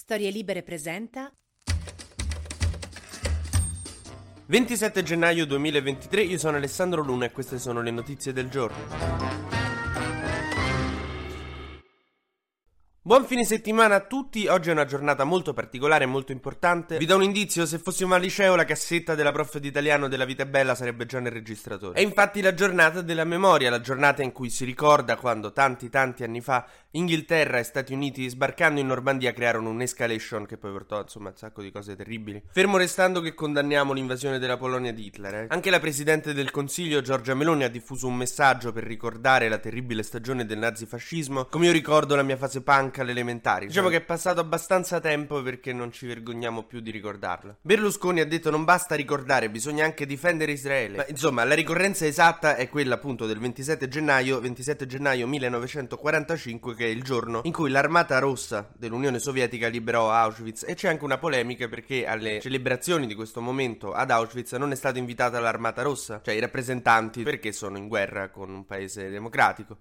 Storie Libere presenta 27 gennaio 2023, io sono Alessandro Luna e queste sono le notizie del giorno. Buon fine settimana a tutti, oggi è una giornata molto particolare e molto importante. Vi do un indizio, se fossimo al liceo la cassetta della prof di italiano della Vita è Bella sarebbe già nel registratore. È infatti la giornata della memoria, la giornata in cui si ricorda quando tanti anni fa Inghilterra e Stati Uniti sbarcando in Normandia crearono un'escalation che poi portò insomma un sacco di cose terribili. Fermo restando che condanniamo l'invasione della Polonia di Hitler. Anche la Presidente del Consiglio Giorgia Meloni ha diffuso un messaggio per ricordare la terribile stagione del nazifascismo, come io ricordo la mia fase punk alle elementari. Diciamo che è passato abbastanza tempo perché non ci vergogniamo più di ricordarla. Berlusconi ha detto non basta ricordare, bisogna anche difendere Israele. Ma insomma, la ricorrenza esatta è quella appunto del 27 gennaio 1945, che è il giorno in cui l'Armata Rossa dell'Unione Sovietica liberò Auschwitz. E c'è anche una polemica perché alle celebrazioni di questo momento ad Auschwitz non è stata invitata l'Armata Rossa, cioè i rappresentanti, perché sono in guerra con un paese democratico.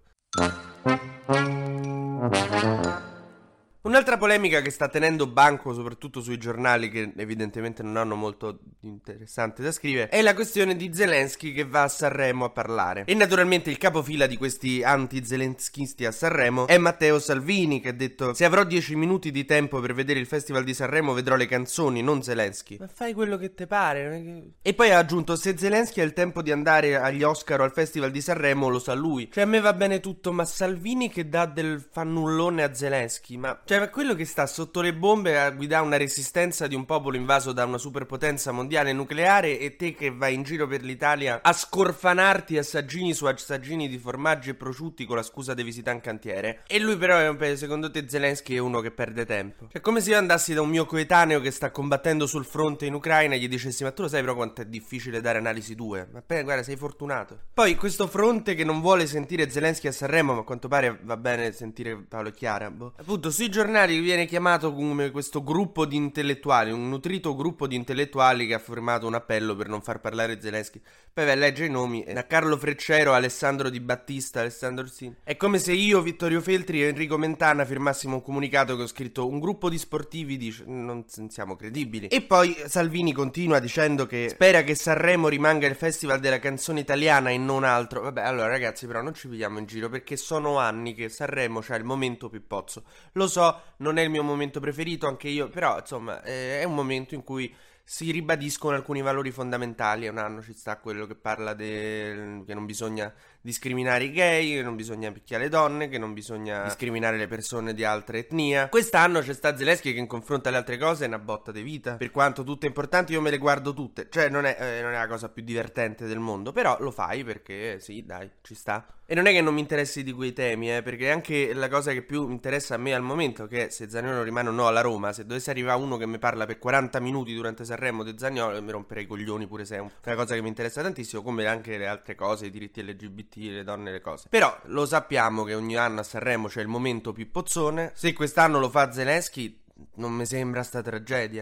Un'altra polemica che sta tenendo banco soprattutto sui giornali che evidentemente non hanno molto interessante da scrivere è la questione di Zelensky che va a Sanremo a parlare. E naturalmente il capofila di questi anti-zelenskisti a Sanremo è Matteo Salvini, che ha detto: se avrò 10 minuti di tempo per vedere il Festival di Sanremo vedrò le canzoni, non Zelensky. Ma fai quello che te pare. E poi ha aggiunto: se Zelensky ha il tempo di andare agli Oscar o al Festival di Sanremo lo sa lui. Cioè a me va bene tutto, ma Salvini che dà del fannullone a Zelensky, ma quello che sta sotto le bombe a guidare una resistenza di un popolo invaso da una superpotenza mondiale nucleare, e te che vai in giro per l'Italia a scorfanarti assaggini su assaggini di formaggi e prosciutti con la scusa di visitare un cantiere. E lui però, secondo te Zelensky è uno che perde tempo? Cioè come se io andassi da un mio coetaneo che sta combattendo sul fronte in Ucraina e gli dicessi: ma tu lo sai però quanto è difficile dare analisi 2? Ma guarda, sei fortunato. Poi questo fronte che non vuole sentire Zelensky a Sanremo, ma a quanto pare va bene sentire Paolo e Chiara, appunto sui giornali viene chiamato come questo gruppo di intellettuali, un nutrito gruppo di intellettuali che ha firmato un appello per non far parlare Zelensky. Poi vai a leggere i nomi: da Carlo Freccero, Alessandro Di Battista, Alessandro Orsini. È come se io, Vittorio Feltri e Enrico Mentana firmassimo un comunicato che ho scritto: un gruppo di sportivi dice non siamo credibili. E poi Salvini continua dicendo che spera che Sanremo rimanga il festival della canzone italiana e non altro. Vabbè, allora ragazzi, però non ci pigliamo in giro, perché sono anni che Sanremo c'ha il momento Pippozzo. Lo so, non è il mio momento preferito, anche io, però insomma è un momento in cui si ribadiscono alcuni valori fondamentali. Un anno ci sta quello che parla che non bisogna discriminare i gay, che non bisogna picchiare le donne, che non bisogna discriminare le persone di altra etnia. Quest'anno c'è sta Zelensky che in confronto alle altre cose è una botta di vita. Per quanto tutte importanti, io me le guardo tutte. Cioè non è la cosa più divertente del mondo, però lo fai perché sì, dai, ci sta. E non è che non mi interessi di quei temi, perché anche la cosa che più interessa a me al momento, che è se Zaniolo rimane o no alla Roma. Se dovesse arrivare uno che mi parla per 40 minuti durante Sanremo di Zaniolo, mi romperei i coglioni pure se è una cosa che mi interessa tantissimo, come anche le altre cose, i diritti LGBT, le donne, le cose. Però lo sappiamo che ogni anno a Sanremo c'è il momento Pippozzone. Se quest'anno lo fa Zelensky, non mi sembra sta tragedia.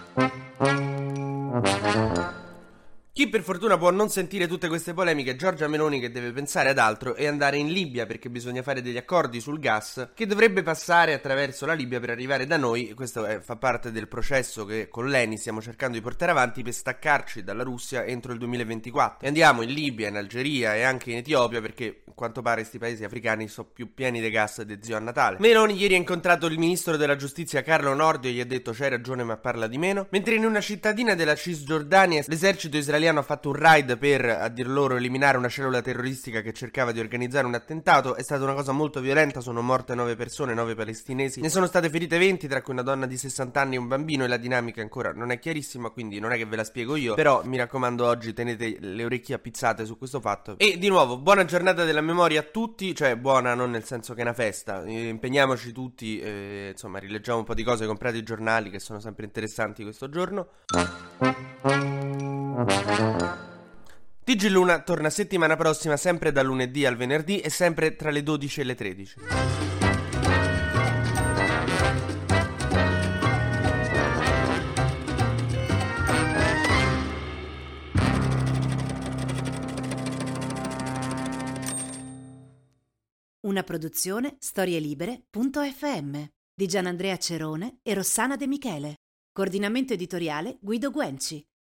Chi per fortuna può non sentire tutte queste polemiche è Giorgia Meloni, che deve pensare ad altro e andare in Libia, perché bisogna fare degli accordi sul gas che dovrebbe passare attraverso la Libia per arrivare da noi. Questo fa parte del processo che con l'ENI stiamo cercando di portare avanti per staccarci dalla Russia entro il 2024. E andiamo in Libia, in Algeria e anche in Etiopia, perché a quanto pare questi paesi africani sono più pieni di gas di zio a Natale. Meloni ieri ha incontrato il ministro della giustizia Carlo Nordio e gli ha detto: c'hai ragione ma parla di meno. Mentre in una cittadina della Cisgiordania l'esercito israeliano ha fatto un raid per, a dir loro, eliminare una cellula terroristica che cercava di organizzare un attentato. È stata una cosa molto violenta, sono morte 9 persone, 9 palestinesi, ne sono state ferite 20, tra cui una donna di 60 anni e un bambino, e la dinamica ancora non è chiarissima, quindi non è che ve la spiego io, però mi raccomando, oggi tenete le orecchie appizzate su questo fatto. E di nuovo, buona giornata della memoria a tutti, cioè buona non nel senso che è una festa, impegniamoci tutti, insomma rileggiamo un po' di cose, comprate i giornali che sono sempre interessanti questo giorno. TG Luna torna settimana prossima, sempre dal lunedì al venerdì e sempre tra le 12 e le 13. Una produzione storielibere.fm di Gianandrea Cerone e Rossana De Michele. Coordinamento editoriale Guido Guenci.